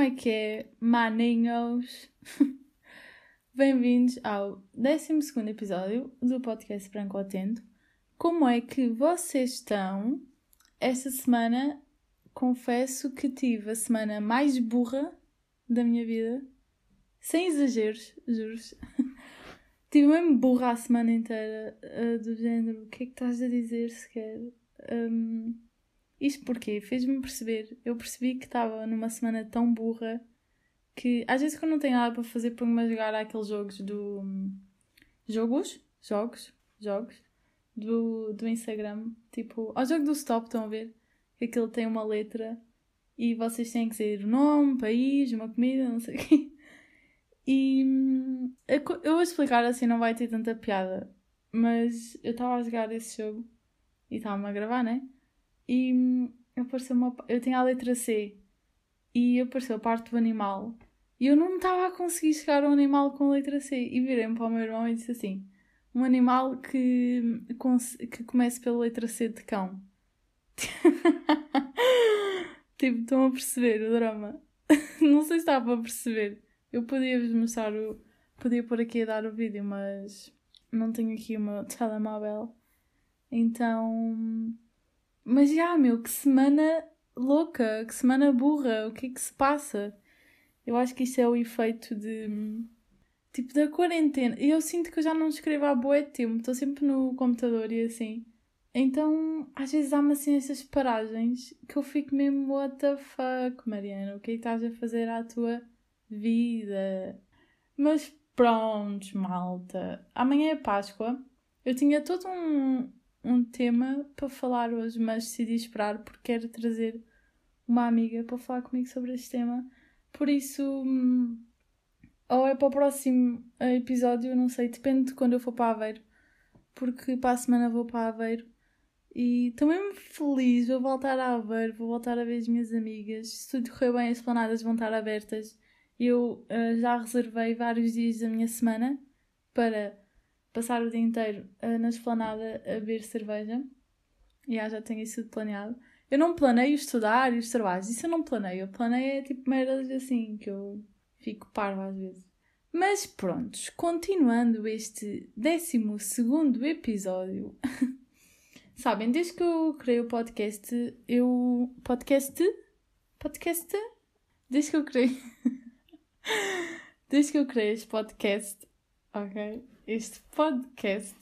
é que é, maninhos? Bem-vindos ao 12º episódio do podcast Branco Atento. Como é que vocês estão? Esta semana, confesso que tive a semana mais burra da minha vida. Sem exageros, juro-vos. Tive mesmo burra a semana inteira, do género, o que é que estás a dizer sequer? Isto porquê? Fez-me perceber. Eu percebi que estava numa semana tão burra que às vezes quando não tenho nada para fazer ponho-me a jogar aqueles jogos do... Jogos do Instagram. Tipo, ao jogo do Stop, estão a ver? Que aquilo tem uma letra e vocês têm que dizer o nome, país, uma comida, não sei o quê. E eu vou explicar assim, não vai ter tanta piada. Mas eu estava a jogar esse jogo e estava-me a gravar, né? E apareceu eu tinha a letra C e apareceu a parte do animal e eu não estava a conseguir chegar ao animal com a letra C e virei-me para o meu irmão e disse assim: um animal que comece pela letra C de cão. Tipo, estão a perceber o drama? Não sei se estava a perceber. Eu podia-vos mostrar podia pôr aqui a dar o vídeo, mas não tenho aqui o meu telemóvel. Então... Mas já, meu, que semana louca, que semana burra, o que é que se passa? Eu acho que isto é o efeito tipo, da quarentena. E eu sinto que eu já não escrevo há bué de tempo, estou sempre no computador e assim. Então, às vezes há-me assim essas paragens que eu fico mesmo, what the fuck, Mariana, o que é que estás a fazer à tua vida? Mas pronto, malta. Amanhã é Páscoa. Eu tinha todo um tema para falar hoje, mas decidi esperar porque quero trazer uma amiga para falar comigo sobre este tema. Por isso, ou é para o próximo episódio, não sei, depende de quando eu for para Aveiro, porque para a semana vou para Aveiro e estou mesmo feliz, vou voltar a Aveiro, vou voltar a ver as minhas amigas. Se tudo correr bem, as esplanadas vão estar abertas. Eu já reservei vários dias da minha semana para passar o dia inteiro na esplanada a beber cerveja. E já tenho isso tudo planeado. Eu não planeio estudar e os trabalhos. Isso eu não planeio. Eu planeio tipo merdas assim que eu fico parva às vezes. Mas prontos, continuando este 12º episódio. Sabem, desde que eu criei o podcast, Podcast? Desde que eu criei... Desde que eu criei este podcast, ok? Este podcast,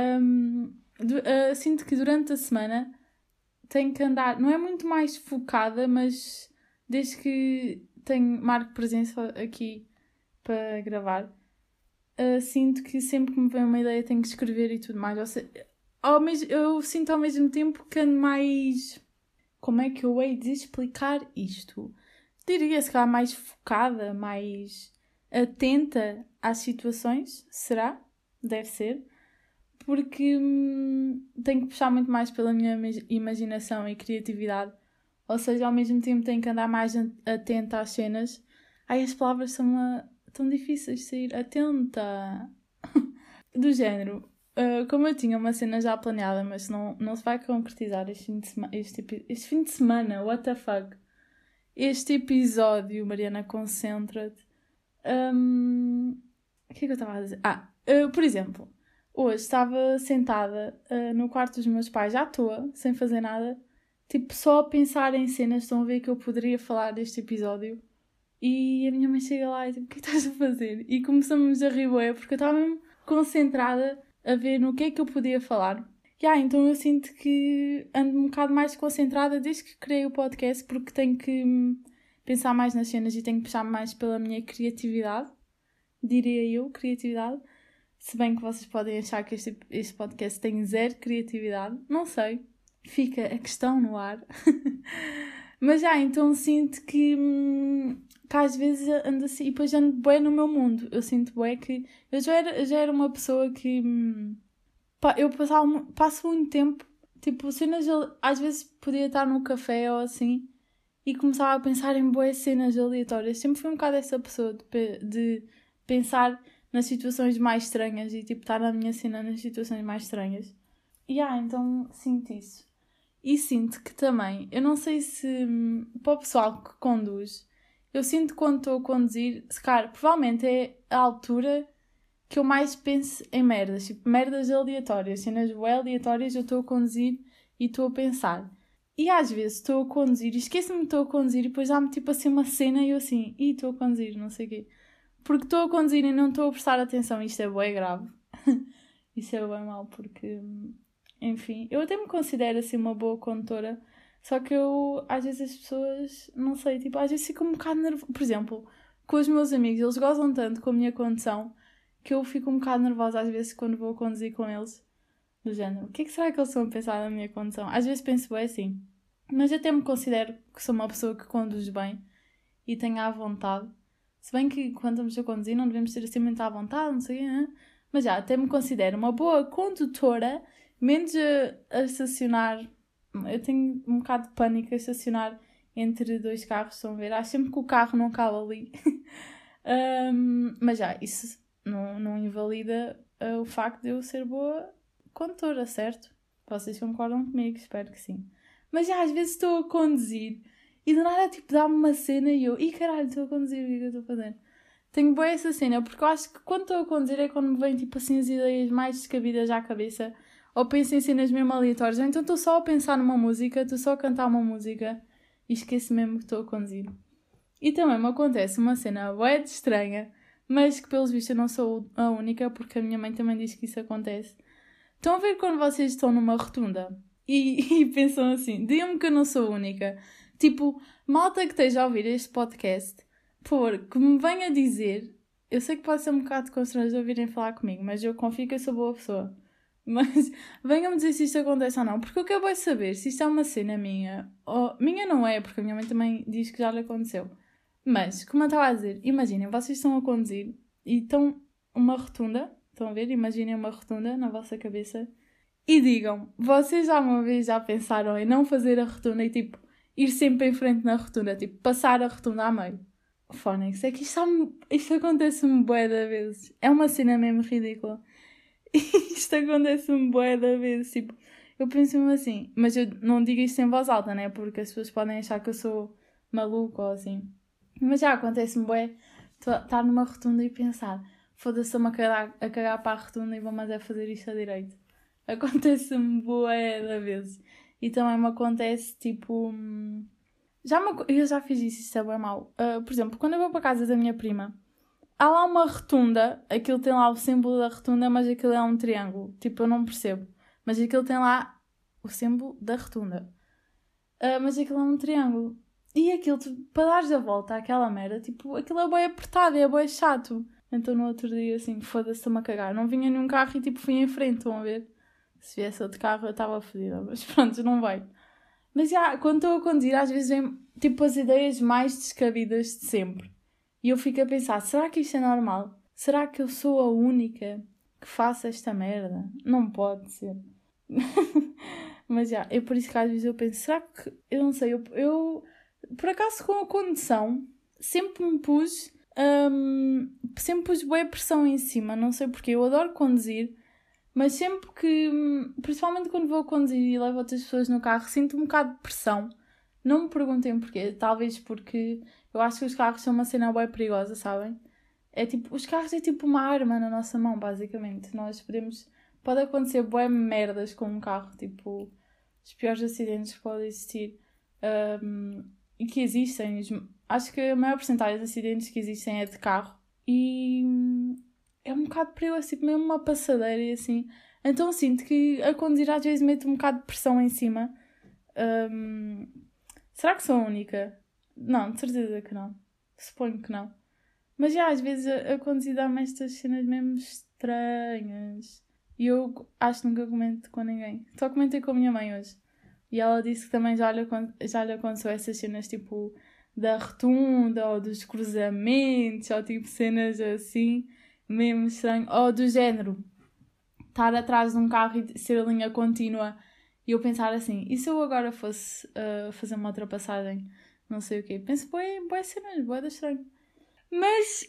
sinto que durante a semana tenho que andar, não é muito mais focada, mas desde que marco presença aqui para gravar, sinto que sempre que me vem uma ideia tenho que escrever e tudo mais. Ou seja, eu sinto ao mesmo tempo que ando mais... Como é que eu hei de explicar isto? Diria, se calhar, mais focada, mais atenta às situações. Será? Deve ser. Porque tenho que puxar muito mais pela minha imaginação e criatividade. Ou seja, ao mesmo tempo tenho que andar mais atenta às cenas. Ai, as palavras são tão difíceis de sair. Atenta! Do género. Como eu tinha uma cena já planeada, mas não se vai concretizar este fim de semana, what the fuck? Este episódio, Mariana, concentra-te. O que é que eu estava a dizer? Por exemplo, hoje estava sentada no quarto dos meus pais à toa, sem fazer nada, tipo, só a pensar em cenas. Estão a ver que eu poderia falar deste episódio. E a minha mãe chega lá e tipo, o que estás a fazer? E começamos a rir, porque eu estava mesmo concentrada a ver no que é que eu podia falar. Então eu sinto que ando um bocado mais concentrada desde que criei o podcast, porque tenho que pensar mais nas cenas e tenho que puxar mais pela minha criatividade, diria eu, criatividade. Se bem que vocês podem achar que este podcast tem zero criatividade, não sei, fica a questão no ar. Mas então sinto que às vezes ando assim, e depois ando bué no meu mundo. Eu sinto bué que eu já era uma pessoa que eu passo muito tempo, tipo, cenas, às vezes podia estar no café ou assim e começava a pensar em bué cenas aleatórias. Sempre fui um bocado essa pessoa de pensar nas situações mais estranhas e tipo estar na minha cena nas situações mais estranhas. Então sinto isso. E sinto que também, eu não sei se para o pessoal que conduz, eu sinto que quando estou a conduzir, se calhar, provavelmente é a altura que eu mais penso em merdas, tipo, merdas aleatórias, cenas bué aleatórias, eu estou a conduzir e estou a pensar. E às vezes estou a conduzir e esqueço-me que estou a conduzir e depois dá-me tipo assim uma cena e eu assim, estou a conduzir, não sei o quê. Porque estou a conduzir e não estou a prestar atenção, isto é bué grave. Isso é bem mau porque, enfim, eu até me considero assim uma boa condutora, só que eu, às vezes as pessoas, não sei, tipo, às vezes fico um bocado nervosa. Por exemplo, com os meus amigos, eles gozam tanto com a minha condução que eu fico um bocado nervosa às vezes quando vou conduzir com eles. Do género, o que é que será que eles estão a pensar na minha condução? Às vezes penso bem assim, mas até me considero que sou uma pessoa que conduz bem e tenho à vontade. Se bem que quando estamos a conduzir não devemos ter assim muito à vontade, não sei, né? Mas já, até me considero uma boa condutora, menos a estacionar. Eu tenho um bocado de pânico a estacionar entre dois carros, estão a ver? Acho sempre que o carro não cabe ali. Mas já, isso não invalida o facto de eu ser boa condutora, certo? Vocês concordam comigo? Espero que sim. Mas já, às vezes estou a conduzir e do nada, tipo, dá-me uma cena e eu... caralho, estou a conduzir, o que é que eu estou a fazer? Tenho boa essa cena, porque eu acho que quando estou a conduzir é quando me vêm, tipo, assim, as ideias mais descabidas à cabeça. Ou penso em cenas mesmo aleatórias. Ou então estou só a pensar numa música, estou só a cantar uma música e esqueço mesmo que estou a conduzir. E também me acontece uma cena bué de estranha, mas que pelos vistos eu não sou a única, porque a minha mãe também diz que isso acontece. Estão a ver quando vocês estão numa rotunda e pensam assim, digam-me que eu não sou a única. Tipo, malta que esteja a ouvir este podcast, que me venha dizer, eu sei que pode ser um bocado constrangedor virem falar comigo, mas eu confio que eu sou boa pessoa. Mas venham-me dizer se isto acontece ou não, porque eu quero saber se isto é uma cena minha, ou minha não é, porque a minha mãe também diz que já lhe aconteceu. Mas, como eu estava a dizer, imaginem, vocês estão a conduzir e estão uma rotunda, estão a ver? Imaginem uma rotunda na vossa cabeça e digam, vocês já uma vez já pensaram em não fazer a rotunda e tipo, ir sempre em frente na rotunda, tipo, passar a rotunda a meio? Fónix, é que isto acontece-me bué de vezes. É uma cena mesmo ridícula. Isto acontece-me bué de vezes, tipo, eu penso-me assim, mas eu não digo isto em voz alta, né? Porque as pessoas podem achar que eu sou maluca ou assim. Mas já acontece-me bué estar numa rotunda e pensar, foda-se, estou-me a cagar para a rotunda e vou-me a fazer isto a direito. Acontece-me bué de vezes. E também me acontece, tipo... eu já fiz isso é bem mau. Por exemplo, quando eu vou para a casa da minha prima, há lá uma rotunda, aquilo tem lá o símbolo da rotunda, mas aquilo é um triângulo. Tipo, eu não percebo. Mas aquilo tem lá o símbolo da rotunda. Mas aquilo é um triângulo. E aquilo, para dares a volta àquela merda, tipo, aquilo é bem apertado, é bem chato. Então no outro dia, assim, foda-se, estou-me a cagar. Não vinha nenhum carro e tipo, fui em frente, estão a ver? Se viesse outro carro eu estava fodida, mas pronto, não vai. Mas já, quando estou a conduzir, às vezes vem, tipo, as ideias mais descabidas de sempre. E eu fico a pensar, será que isto é normal? Será que eu sou a única que faço esta merda? Não pode ser. Mas já, é por isso que às vezes eu penso, será que... Eu não sei, eu por acaso com a condução sempre pus bué pressão em cima, não sei porquê. Eu adoro conduzir, mas sempre que... Principalmente quando vou conduzir e levo outras pessoas no carro, sinto um bocado de pressão. Não me perguntem porquê. Talvez porque eu acho que os carros são uma cena bué perigosa, sabem? É tipo... Os carros é tipo uma arma na nossa mão, basicamente. Nós podemos... Pode acontecer bué merdas com um carro, tipo... Os piores acidentes que podem existir. E que existem. Acho que a maior porcentagem de acidentes que existem é de carro. E é um bocado perigoso, tipo mesmo uma passadeira e assim. Então sinto que a conduzir às vezes mete um bocado de pressão em cima. Será que sou a única? Não, de certeza que não. Suponho que não. Mas já às vezes a conduzir dá-me estas cenas mesmo estranhas. E eu acho que nunca comento com ninguém. Só comentei com a minha mãe hoje. E ela disse que também já lhe aconteceu essas cenas tipo da rotunda ou dos cruzamentos ou tipo cenas assim, mesmo estranho. Ou do género, estar atrás de um carro e ser a linha contínua e eu pensar assim, e se eu agora fosse fazer uma ultrapassagem, não sei o quê. Penso, boas cenas, boa da estranho. Mas,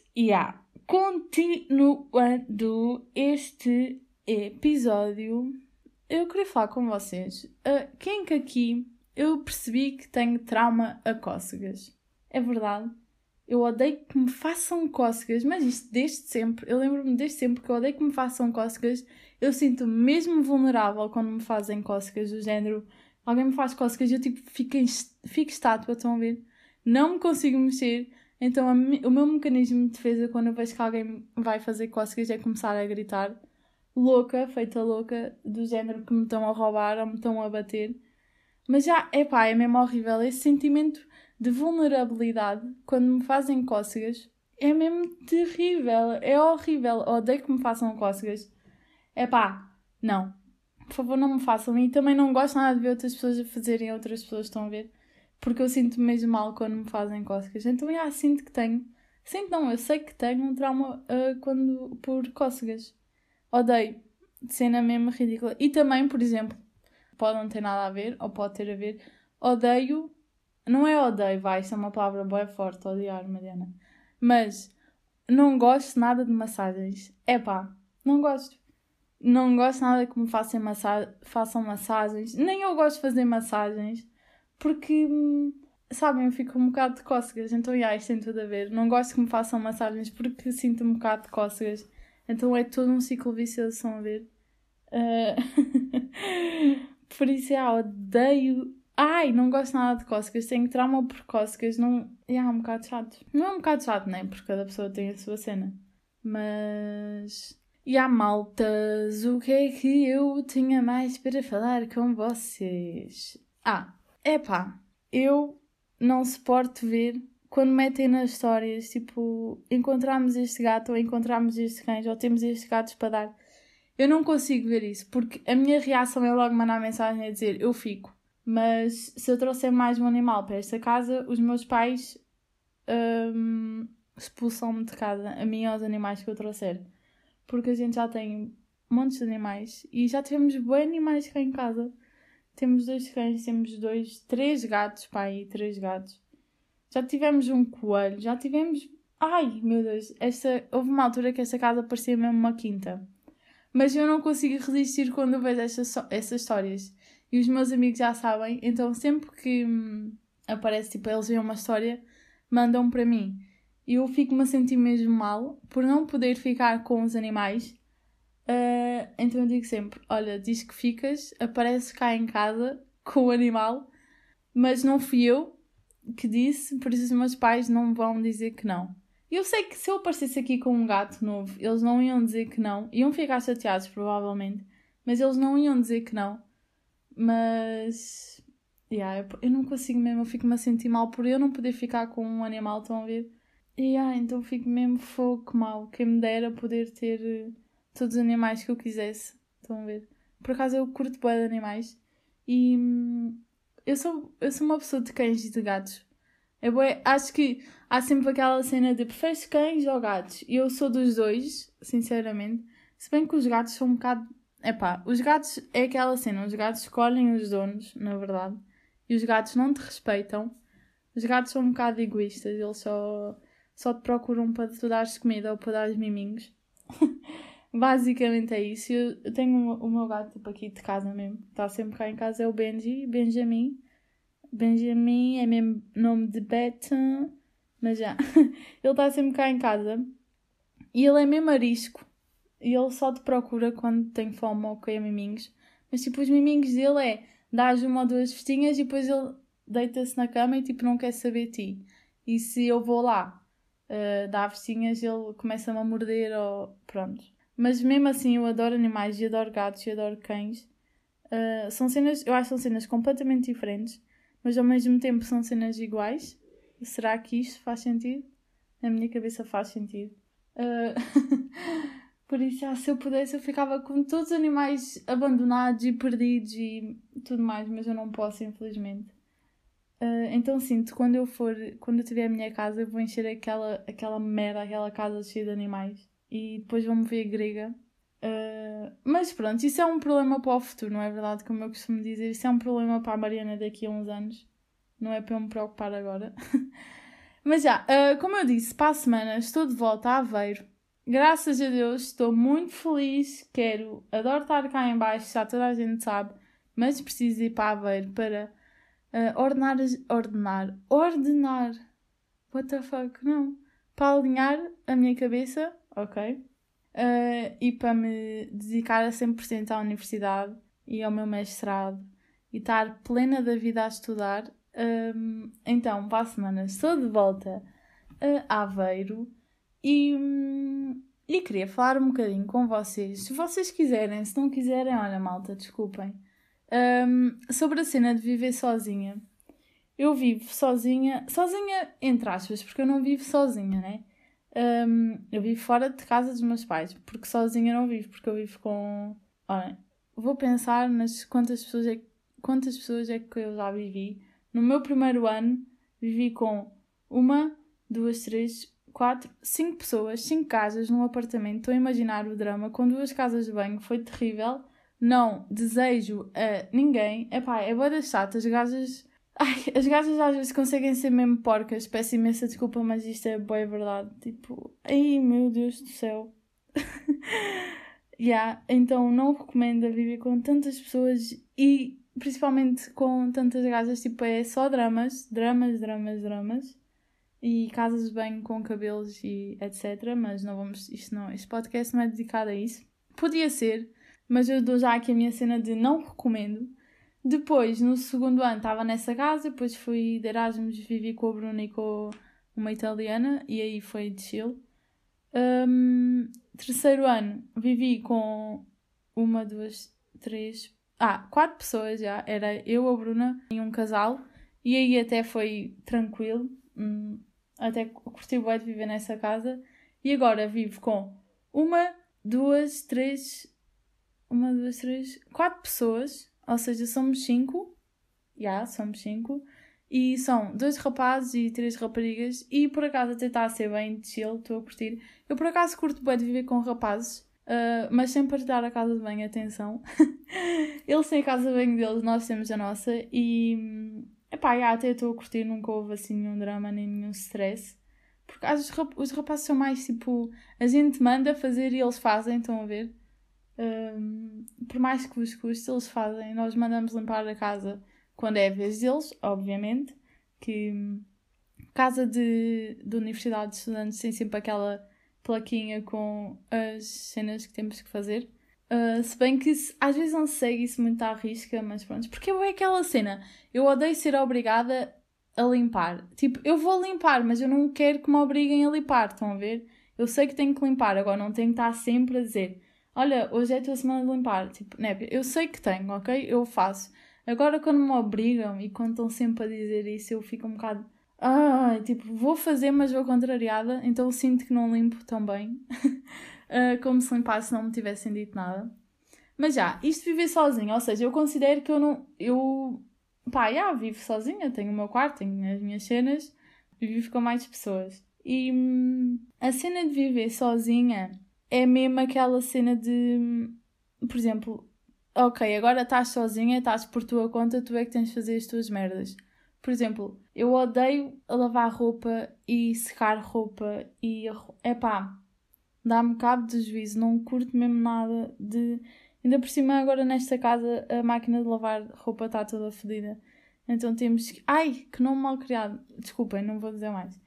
continuando este episódio, eu queria falar com vocês. Quem que aqui eu percebi que tenho trauma a cócegas? É verdade? Eu odeio que me façam cócegas, mas isto desde sempre. Eu lembro-me desde sempre que eu odeio que me façam cócegas. Eu sinto-me mesmo vulnerável quando me fazem cócegas do género. Alguém me faz cócegas e eu tipo fico estátua, estão a ver? Não me consigo mexer. Então o meu mecanismo de defesa quando eu vejo que alguém vai fazer cócegas é começar a gritar. Louca, feita louca, do género que me estão a roubar ou me estão a bater. Mas já, é mesmo horrível. Esse sentimento de vulnerabilidade quando me fazem cócegas é mesmo terrível. É horrível. Odeio que me façam cócegas. Não. Por favor, não me façam. E também não gosto nada de ver outras pessoas a fazerem outras pessoas, estão a ver? Porque eu sinto-me mesmo mal quando me fazem cócegas. Então, sinto que tenho. Sinto não, eu sei que tenho um trauma por cócegas. Odeio. Cena mesmo ridícula. E também, por exemplo, pode não ter nada a ver, ou pode ter a ver, odeio, não é odeio, isto é uma palavra bem forte, odiar, Mariana, mas não gosto nada de massagens. Não gosto. Não gosto nada que me façam massagens, nem eu gosto de fazer massagens, porque, sabem, eu fico um bocado de cócegas, então, isto tem tudo a ver. Não gosto que me façam massagens porque sinto um bocado de cócegas, então é todo um ciclo vicioso, estão a ver? Por isso, odeio. Não gosto nada de cócegas. Tenho trauma por cócegas. Não... É um bocado chato. Não é um bocado chato, né? Porque cada pessoa tem a sua cena. Mas... maltas, o que é que eu tinha mais para falar com vocês? Eu não suporto ver quando metem nas histórias, tipo, encontramos este gato ou encontramos este cães ou temos estes gatos para dar. Eu não consigo ver isso, porque a minha reação é logo mandar mensagem a dizer eu fico. Mas se eu trouxer mais um animal para esta casa, os meus pais expulsam-me de casa, a mim e aos animais que eu trouxer. Porque a gente já tem montes de animais e já tivemos bons animais cá em casa. Temos 2 cães, temos 3 gatos, três gatos. Já tivemos um coelho, já tivemos... Ai, meu Deus, houve uma altura que esta casa parecia mesmo uma quinta. Mas eu não consigo resistir quando eu vejo essas histórias. E os meus amigos já sabem, então sempre que aparece, tipo, eles veem uma história, mandam para mim. E eu fico-me a sentir mesmo mal por não poder ficar com os animais. Então eu digo sempre, olha, diz que ficas, aparece cá em casa com o animal, mas não fui eu que disse, por isso os meus pais não vão dizer que não. Eu sei que se eu aparecesse aqui com um gato novo, eles não iam dizer que não. Iam ficar chateados, provavelmente. Mas eles não iam dizer que não. Mas... eu não consigo mesmo. Eu fico-me a sentir mal por eu não poder ficar com um animal, estão a ver? Então fico mesmo fogo mal. Quem me dera poder ter todos os animais que eu quisesse. Estão a ver? Por acaso eu curto bué de animais. E eu sou uma pessoa de cães e de gatos. Acho que há sempre aquela cena de preferes cães ou gatos? E eu sou dos dois, sinceramente. Se bem que os gatos são um bocado... os gatos é aquela cena. Os gatos escolhem os donos, na verdade. E os gatos não te respeitam. Os gatos são um bocado egoístas. Eles só te procuram para tu dares comida ou para dares miminhos. Basicamente é isso. Eu tenho o meu gato tipo, aqui de casa mesmo. Está sempre cá em casa. É o Benjamin. Benjamin é mesmo nome de Beto, mas já. Ele está sempre cá em casa e ele é mesmo arisco. E ele só te procura quando tem fome ou quer miminhos. Mas tipo, os miminhos dele dás 1 ou 2 festinhas e depois ele deita-se na cama e tipo não quer saber de ti. E se eu vou lá dar festinhas, ele começa-me a morder ou pronto. Mas mesmo assim eu adoro animais e adoro gatos e adoro cães. Eu acho que são cenas completamente diferentes. Mas ao mesmo tempo são cenas iguais. Será que isto faz sentido? Na minha cabeça faz sentido. Por isso, se eu pudesse, eu ficava com todos os animais abandonados e perdidos e tudo mais, mas eu não posso, infelizmente. Então sinto, quando eu tiver a minha casa, eu vou encher aquela merda, aquela casa cheia de animais. E depois vou-me ver grega. Mas pronto, isso é um problema para o futuro, não é verdade? Como eu costumo dizer, isso é um problema para a Mariana daqui a uns anos. Não é para eu me preocupar agora. Mas como eu disse, para a semana estou de volta a Aveiro. Graças a Deus, estou muito feliz. Adoro estar cá em baixo, já toda a gente sabe. Mas preciso ir para Aveiro para ordenar. what the fuck, não. Para alinhar a minha cabeça, ok? E para me dedicar a 100% à universidade e ao meu mestrado e estar plena da vida a estudar. Então, para a semana estou de volta a Aveiro e queria falar um bocadinho com vocês. Se vocês quiserem, se não quiserem, olha malta, desculpem. Sobre a cena de viver sozinha. Eu vivo sozinha entre aspas, porque eu não vivo sozinha, né? Eu vivo fora de casa dos meus pais, porque sozinha não vivo, porque eu vivo com... Olha, vou pensar nas quantas pessoas é que eu já vivi. No meu primeiro ano, vivi com 1, 2, 3, 4, 5 pessoas, 5 casas num apartamento. Estou a imaginar o drama, com 2 casas de banho, foi terrível. Não desejo a ninguém. Epá, é bué das chatas, as gajas às vezes conseguem ser mesmo porcas. Peço imensa desculpa, mas isto é boa verdade. Tipo, ai meu Deus do céu. Então não recomendo a viver com tantas pessoas e principalmente com tantas gajas. Tipo, é só dramas. E casas de banho com cabelos e etc. Mas não vamos... Este podcast não é dedicado a isso. Podia ser, mas eu dou já aqui a minha cena de não recomendo. Depois, no segundo ano, estava nessa casa, depois fui de Erasmus, vivi com a Bruna e com uma italiana, e aí foi de chill. Terceiro ano, vivi com 1, 2, 3... 4 pessoas já. Era eu, a Bruna e um casal, e aí até foi tranquilo. Até curti bué de viver nessa casa. E agora vivo com 1, 2, 3... 4 pessoas... Ou seja, somos 5. Somos 5. E são 2 rapazes e 3 raparigas. E por acaso até está a ser bem chill, estou a curtir. Eu por acaso curto bem de viver com rapazes. Mas sem partilhar a casa de banho, atenção. Eles têm a casa de banho deles, nós temos a nossa. E até estou a curtir, nunca houve assim nenhum drama nem nenhum stress. Porque os rapazes são mais tipo... A gente manda fazer e eles fazem, estão a ver? Por mais que vos custe, eles fazem. Nós mandamos limpar a casa quando é a vez deles, obviamente, que casa de universidade de estudantes tem sempre aquela plaquinha com as cenas que temos que fazer. Se bem que às vezes não se segue isso muito à risca, mas pronto, porque é aquela cena, eu odeio ser obrigada a limpar. Tipo, eu vou limpar, mas eu não quero que me obriguem a limpar, estão a ver? Eu sei que tenho que limpar, agora não tenho que estar sempre a dizer: olha, hoje é a tua semana de limpar. Tipo, né, eu sei que tenho, ok? Eu faço. Agora, quando me obrigam e quando estão sempre a dizer isso, eu fico um bocado... tipo, vou fazer, mas vou contrariada. Então sinto que não limpo tão bem. Como se limpasse não me tivessem dito nada. Mas isto de viver sozinha. Ou seja, eu considero que vivo sozinha. Tenho o meu quarto, tenho as minhas cenas. E vivo com mais pessoas. E a cena de viver sozinha... É mesmo aquela cena de... Por exemplo, ok, agora estás sozinha, estás por tua conta, tu é que tens de fazer as tuas merdas. Por exemplo, eu odeio lavar roupa e secar roupa e... dá-me cabo de juízo, não curto mesmo nada de... Ainda por cima agora nesta casa a máquina de lavar roupa está toda fodida. Então temos que... que nome mal criado. Desculpem, não vou dizer mais.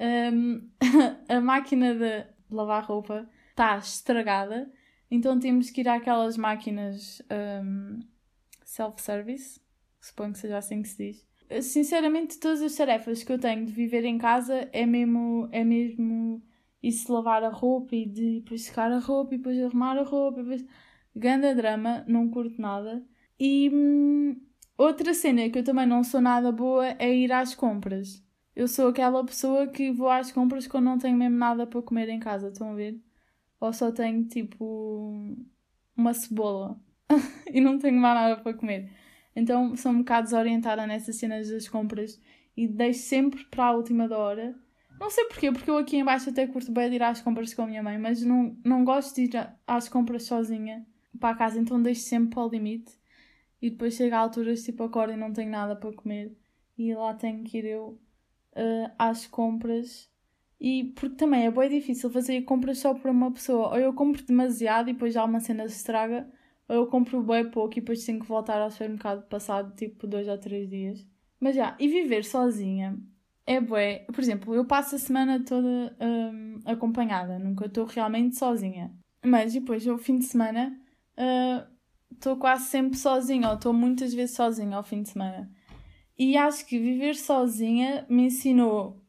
A máquina de lavar roupa... está estragada, então temos que ir àquelas máquinas self-service, suponho que seja assim que se diz. Sinceramente, todas as tarefas que eu tenho de viver em casa é mesmo isso de lavar a roupa e de depois secar a roupa e depois arrumar a roupa, depois... Ganda drama, não curto nada. E outra cena que eu também não sou nada boa é ir às compras. Eu sou aquela pessoa que vou às compras quando não tenho mesmo nada para comer em casa, estão a ver? Ou só tenho, tipo, uma cebola e não tenho mais nada para comer. Então sou um bocado desorientada nessas cenas das compras e deixo sempre para a última da hora. Não sei porquê, porque eu aqui em baixo até curto bem de ir às compras com a minha mãe, mas não gosto de ir às compras sozinha para a casa, então deixo sempre para o limite. E depois chega a alturas, tipo, acordo e não tenho nada para comer. E lá tenho que ir eu às compras... E porque também é bem difícil fazer compras só para uma pessoa. Ou eu compro demasiado e depois já uma cena se estraga. Ou eu compro bem pouco e depois tenho que voltar ao supermercado passado tipo 2 ou 3 dias. Mas e viver sozinha é bué. Por exemplo, eu passo a semana toda acompanhada, nunca estou realmente sozinha. Mas depois, ao fim de semana, estou quase sempre sozinha, ou estou muitas vezes sozinha ao fim de semana. E acho que viver sozinha me ensinou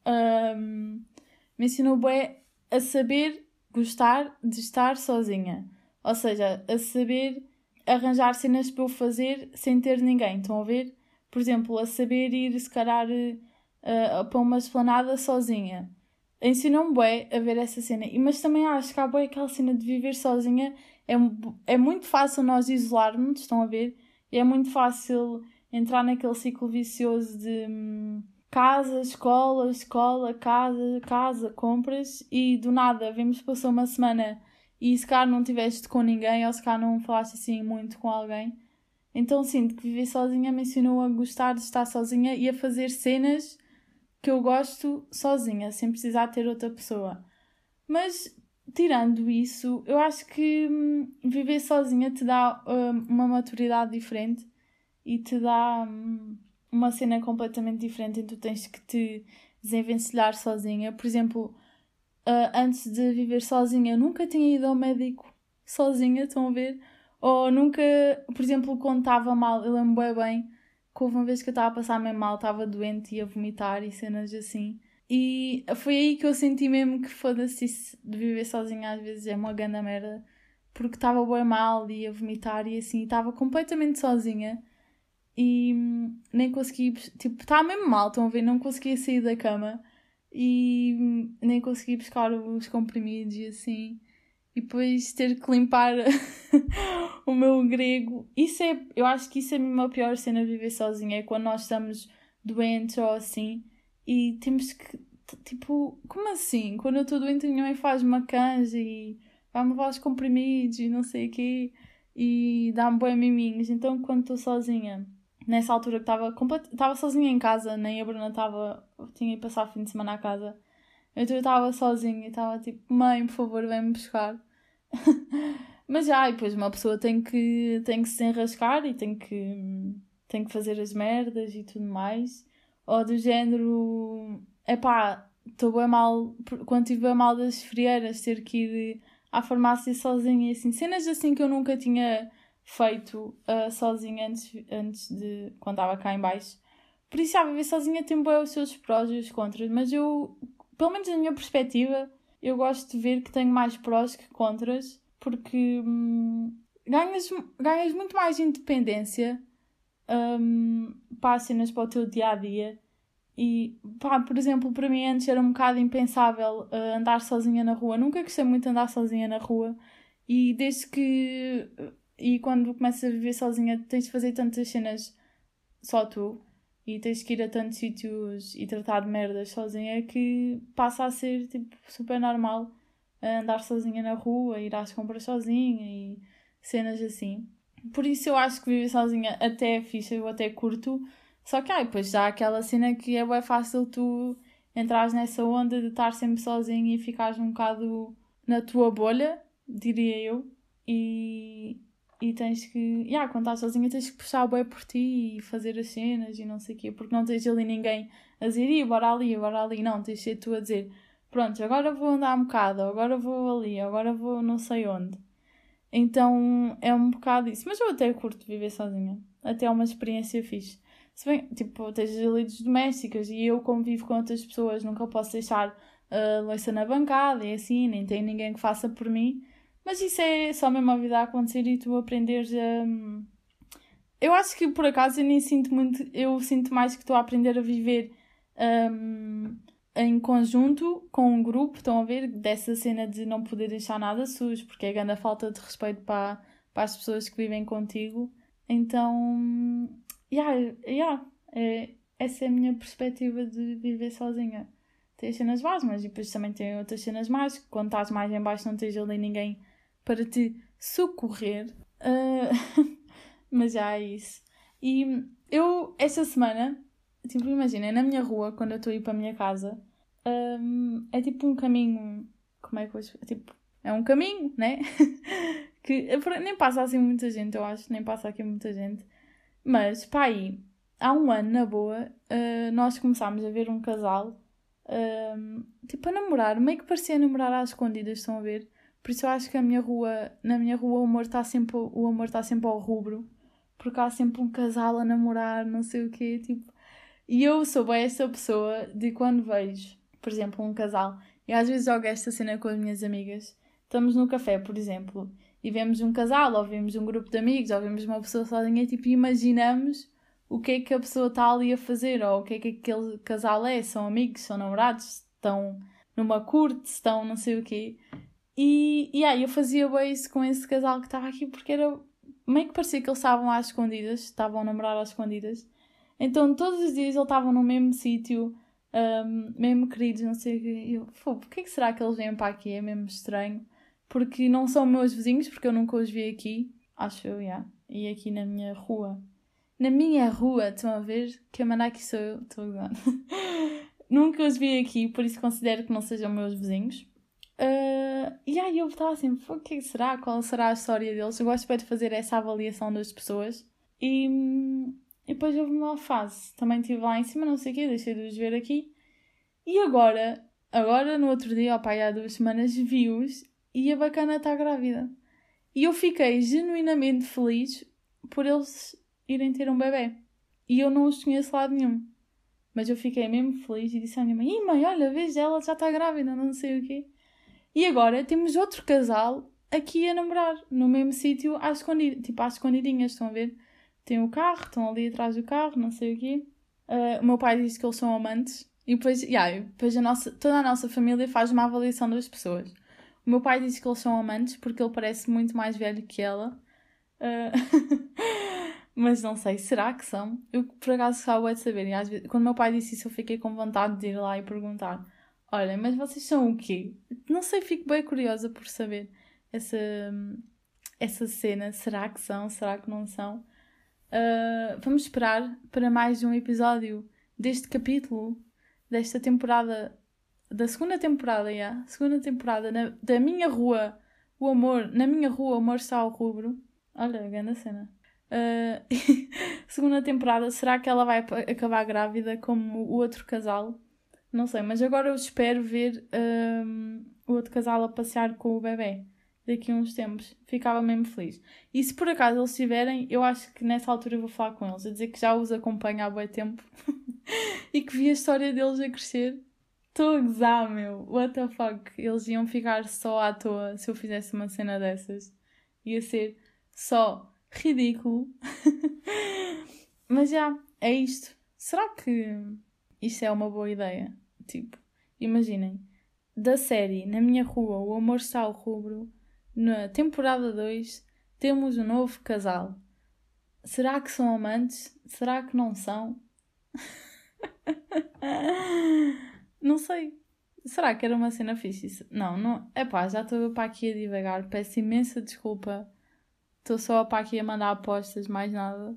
bué a saber gostar de estar sozinha. Ou seja, a saber arranjar cenas para eu fazer sem ter ninguém. Estão a ver? Por exemplo, a saber ir, se calhar, para uma esplanada sozinha. Ensinou-me bué a ver essa cena. Mas também acho que há bué aquela cena de viver sozinha. É muito fácil nós isolarmos, estão a ver? E é muito fácil entrar naquele ciclo vicioso de casa, escola, casa, compras. E do nada, vemos passou uma semana e se calhar não estiveste com ninguém ou se calhar não falaste assim muito com alguém. Então sinto que viver sozinha me ensinou a gostar de estar sozinha e a fazer cenas que eu gosto sozinha, sem precisar ter outra pessoa. Mas, tirando isso, eu acho que viver sozinha te dá uma maturidade diferente e te dá uma cena completamente diferente em que tu tens que te desenvencilhar sozinha. Por exemplo, antes de viver sozinha, eu nunca tinha ido ao médico sozinha, estão a ver? Ou nunca, por exemplo, quando estava mal, eu lembro bem que houve uma vez que eu estava a passar meio mal, estava doente e a vomitar e cenas assim. E foi aí que eu senti mesmo que foda-se isso de viver sozinha às vezes é uma grande merda. Porque estava bem mal e a vomitar e assim, estava completamente sozinha. E nem consegui, tipo, estava mesmo mal, estão a ver? Não conseguia sair da cama. E nem consegui buscar os comprimidos e assim. E depois ter que limpar o meu grego. Eu acho que isso é mesmo a pior cena de viver sozinha. É quando nós estamos doentes ou assim. E temos que, tipo, como assim? Quando eu estou doente, a minha mãe faz uma canja e vai-me levar os comprimidos e não sei o quê. E dá-me bué miminhos. Então, quando estou sozinha, nessa altura que estava sozinha em casa, nem a Bruna tinha ido passar o fim de semana à casa. Então eu estava sozinha e estava tipo, mãe, por favor, vem-me buscar. Mas já, e depois uma pessoa tem que se enrascar e tem que fazer as merdas e tudo mais. Ou do género, epá, estou bem mal, quando estive bem mal das frieiras, ter que ir à farmácia sozinha e assim. Cenas assim que eu nunca tinha feito sozinha antes de, quando estava cá em baixo. Por isso, já, viver sozinha tem bem os seus prós e os contras, mas eu, pelo menos na minha perspectiva, eu gosto de ver que tenho mais prós que contras, porque ganhas muito mais independência para as cenas para o teu dia-a-dia. E, pá, por exemplo, para mim antes era um bocado impensável andar sozinha na rua. Nunca gostei muito de andar sozinha na rua. E desde que... E quando começas a viver sozinha, tens de fazer tantas cenas só tu. E tens que ir a tantos sítios e tratar de merdas sozinha que passa a ser, tipo, super normal andar sozinha na rua, ir às compras sozinha e cenas assim. Por isso eu acho que viver sozinha até é fixe, eu até curto. Só que, depois já há aquela cena que é bem fácil tu entrares nessa onda de estar sempre sozinha e ficares um bocado na tua bolha, diria eu. E tens que... quando estás sozinha tens que puxar bem por ti e fazer as cenas e não sei o quê. Porque não tens ali ninguém a dizer, bora ali. Não, tens de ser tu a dizer, pronto, agora vou andar um bocado, agora vou ali, agora vou não sei onde. Então é um bocado isso. Mas eu até curto viver sozinha. Até é uma experiência fixe. Se bem, tipo, tens as lides domésticas e eu convivo com outras pessoas, nunca posso deixar a louça na bancada e assim, nem tem ninguém que faça por mim. Mas isso é só mesmo a vida a acontecer e tu aprenderes a... Eu acho que por acaso eu nem sinto muito... Eu sinto mais que estou a aprender a viver em conjunto com um grupo, estão a ver? Dessa cena de não poder deixar nada sujo, porque é grande a falta de respeito para as pessoas que vivem contigo. Então... essa é a minha perspectiva de viver sozinha. Tem as cenas más, mas depois também tem outras cenas más, que quando estás mais em baixo não tens ali ninguém para te socorrer. Mas já é isso. E eu, esta semana, tipo, imaginem, na minha rua, quando eu estou a ir para a minha casa, é tipo um caminho... Como é que eu... Tipo, é um caminho, né? Que nem passa assim muita gente, eu acho. Nem passa aqui muita gente. Mas, pá, aí, há um ano, na boa, nós começámos a ver um casal, tipo, a namorar, meio que parecia namorar às escondidas, estão a ver? Por isso eu acho que na minha rua o amor está sempre ao rubro, porque há sempre um casal a namorar, não sei o quê, tipo. E eu sou bem essa pessoa de quando vejo, por exemplo, um casal, e às vezes jogo esta cena com as minhas amigas, estamos no café, por exemplo, e vemos um casal, ou vemos um grupo de amigos, ou vemos uma pessoa sozinha, tipo, imaginamos o que é que a pessoa está ali a fazer, ou o que é que aquele casal é, são amigos, são namorados, estão numa curte, estão não sei o quê. E eu fazia bem isso com esse casal que estava aqui, porque era meio que parecia que eles estavam às escondidas, estavam a namorar às escondidas. Então todos os dias eles estavam no mesmo sítio, mesmo queridos, não sei o quê. E eu, porquê que será que eles vêm para aqui? É mesmo estranho. Porque não são meus vizinhos, porque eu nunca os vi aqui, acho eu, e aqui na minha rua. Na minha rua, estão a ver? Que a mandar aqui sou eu, estou a gozar. Nunca os vi aqui, por isso considero que não sejam meus vizinhos. E aí eu estava assim, o que será? Qual será a história deles? Eu gosto bem de fazer essa avaliação das pessoas. E depois houve uma fase, também estive lá em cima, não sei o quê, deixei de os ver aqui. E agora no outro dia, ao pai há 2 semanas, vi-os e a bacana está grávida. E eu fiquei genuinamente feliz por eles irem ter um bebê. E eu não os conheço de lado nenhum. Mas eu fiquei mesmo feliz e disse à minha mãe, mãe, olha, veja, ela já está grávida, não sei o quê. E agora temos outro casal aqui a namorar, no mesmo sítio, às escondidinhas, estão a ver? Tem o carro, estão ali atrás do carro, não sei o quê. O meu pai disse que eles são amantes. E depois toda a nossa família faz uma avaliação das pessoas. O meu pai disse que eles são amantes porque ele parece muito mais velho que ela. Mas não sei, será que são? Eu por acaso gostava de saber. E às vezes, quando meu pai disse isso, eu fiquei com vontade de ir lá e perguntar: olha, mas vocês são o quê? Não sei, fico bem curiosa por saber essa cena. Será que são? Será que não são? Vamos esperar para mais um episódio deste capítulo, desta temporada, da segunda temporada, segunda temporada, da minha rua, na minha rua o amor está ao rubro. Olha, grande cena. Segunda temporada, será que ela vai acabar grávida como o outro casal? Não sei, mas agora eu espero ver o outro casal a passear com o bebê daqui a uns tempos. Ficava mesmo feliz. E se por acaso eles estiverem, eu acho que nessa altura eu vou falar com eles, a dizer que já os acompanho há bem tempo e que vi a história deles a crescer. Estou a gozar, meu. What the fuck? Eles iam ficar só à toa se eu fizesse uma cena dessas. Ia ser só ridículo. Mas já, é isto. Será que isto é uma boa ideia? Tipo, imaginem, da série Na Minha Rua, O Amor Está ao Rubro, na temporada 2, temos um novo casal. Será que são amantes? Será que não são? Não sei. Será que era uma cena fixe? Não. Epá, já estou para aqui a divagar. Peço imensa desculpa. Estou só para aqui a mandar apostas, mais nada.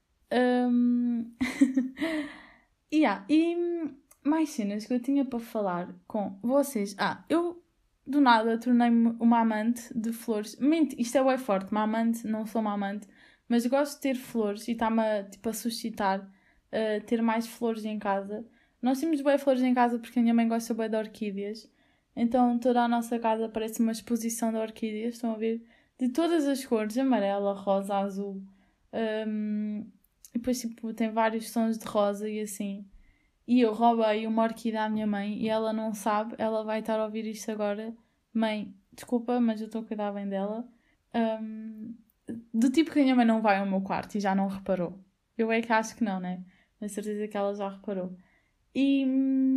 E mais cenas que eu tinha para falar com vocês. Eu do nada tornei-me uma amante de flores. Isto é bem forte, uma amante, não sou uma amante, mas gosto de ter flores e está-me a suscitar ter mais flores em casa. Nós temos bem flores em casa porque a minha mãe gosta bem de orquídeas. Então toda a nossa casa parece uma exposição de orquídeas, estão a ver? De todas as cores, amarela, rosa, azul. E depois tipo, tem vários tons de rosa e assim. E eu roubei uma orquídea à minha mãe e ela não sabe, ela vai estar a ouvir isto agora. Mãe, desculpa, mas eu estou a cuidar bem dela. Do tipo que a minha mãe não vai ao meu quarto e já não reparou. Eu é que acho que não, né? Tenho certeza que ela já reparou. E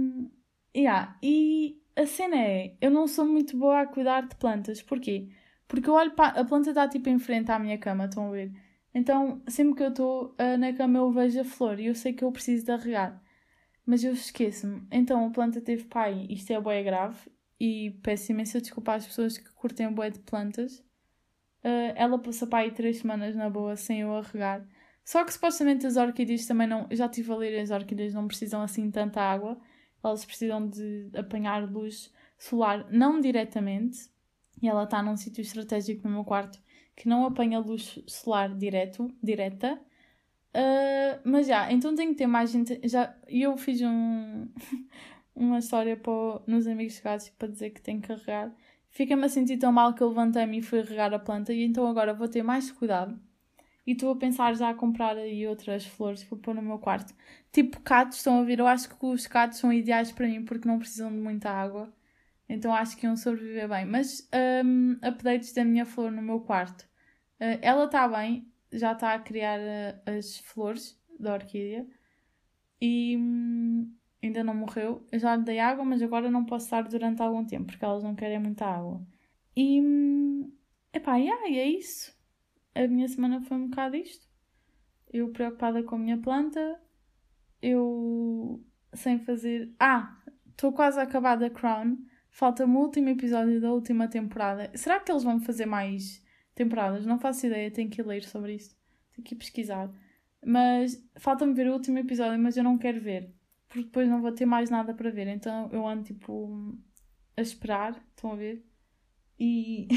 a cena é, eu não sou muito boa a cuidar de plantas. Porquê? Porque eu olho para... A planta está tipo em frente à minha cama, estão a ver? Então, sempre que eu estou na cama eu vejo a flor e eu sei que eu preciso de regar. Mas eu esqueço-me. Então a planta teve pai. Isto é bué grave. E peço imensa desculpa às pessoas que curtem bué de plantas. Ela passou para aí 3 semanas na boa sem eu a regar. Só que supostamente as orquídeas também não... Eu já estive a ler, as orquídeas não precisam assim tanta água. Elas precisam de apanhar luz solar, não diretamente. E ela está num sítio estratégico no meu quarto que não apanha luz solar direta. Mas já, então tenho que ter mais gente. Eu fiz uma história nos amigos chegados para dizer que tenho que carregar. Fica-me a sentir tão mal que eu levantei-me e fui regar a planta. E então agora vou ter mais cuidado. E estou a pensar já a comprar aí outras flores para pôr no meu quarto. Tipo cactos, estão a ver? Eu acho que os cactos são ideais para mim porque não precisam de muita água. Então acho que iam sobreviver bem. Mas updates da minha flor no meu quarto. Ela está bem. Já está a criar as flores da orquídea. E ainda não morreu. Eu já lhe dei água, mas agora não posso dar durante algum tempo. Porque elas não querem muita água. E e é isso. A minha semana foi um bocado isto. Eu preocupada com a minha planta. Eu sem fazer... estou quase a acabar da Crown. Falta-me o último episódio da última temporada. Será que eles vão fazer mais temporadas? Não faço ideia, tenho que ler sobre isso. Tenho que ir pesquisar. Mas falta-me ver o último episódio, mas eu não quero ver. Porque depois não vou ter mais nada para ver. Então eu ando tipo a esperar. Estão a ver? E...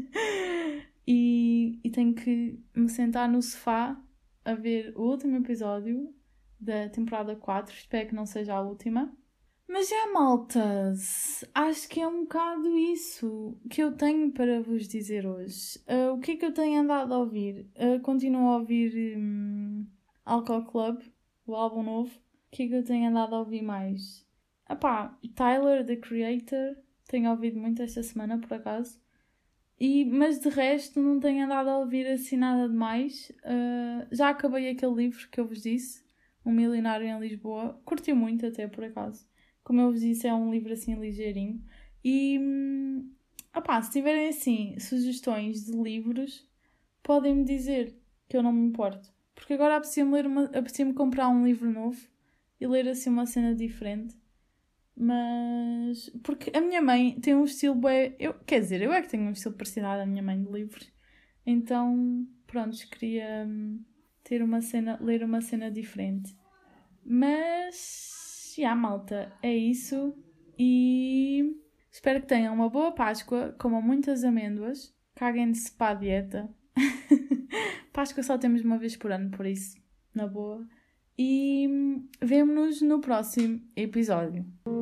e tenho que me sentar no sofá a ver o último episódio da temporada 4. Espero que não seja a última. Mas já, maltas, acho que é um bocado isso que eu tenho para vos dizer hoje. O que é que eu tenho andado a ouvir? Continuo a ouvir Alcohol Club, o álbum novo. O que é que eu tenho andado a ouvir mais? Tyler, The Creator. Tenho ouvido muito esta semana, por acaso. Mas de resto não tenho andado a ouvir assim nada demais. Já acabei aquele livro que eu vos disse, Um Milionário em Lisboa. Curti muito até, por acaso. Como eu vos disse, é um livro assim ligeirinho. E, se tiverem assim sugestões de livros, podem-me dizer que eu não me importo. Porque agora apetecia-me comprar um livro novo e ler assim uma cena diferente. Mas... porque a minha mãe tem um estilo bem... eu é que tenho um estilo parecido à da minha mãe de livros. Então, pronto, queria ler uma cena diferente. Mas... malta, é isso. E espero que tenham uma boa Páscoa, comam muitas amêndoas, caguem-se para a dieta. Páscoa só temos uma vez por ano, por isso, na boa. E vemo-nos no próximo episódio.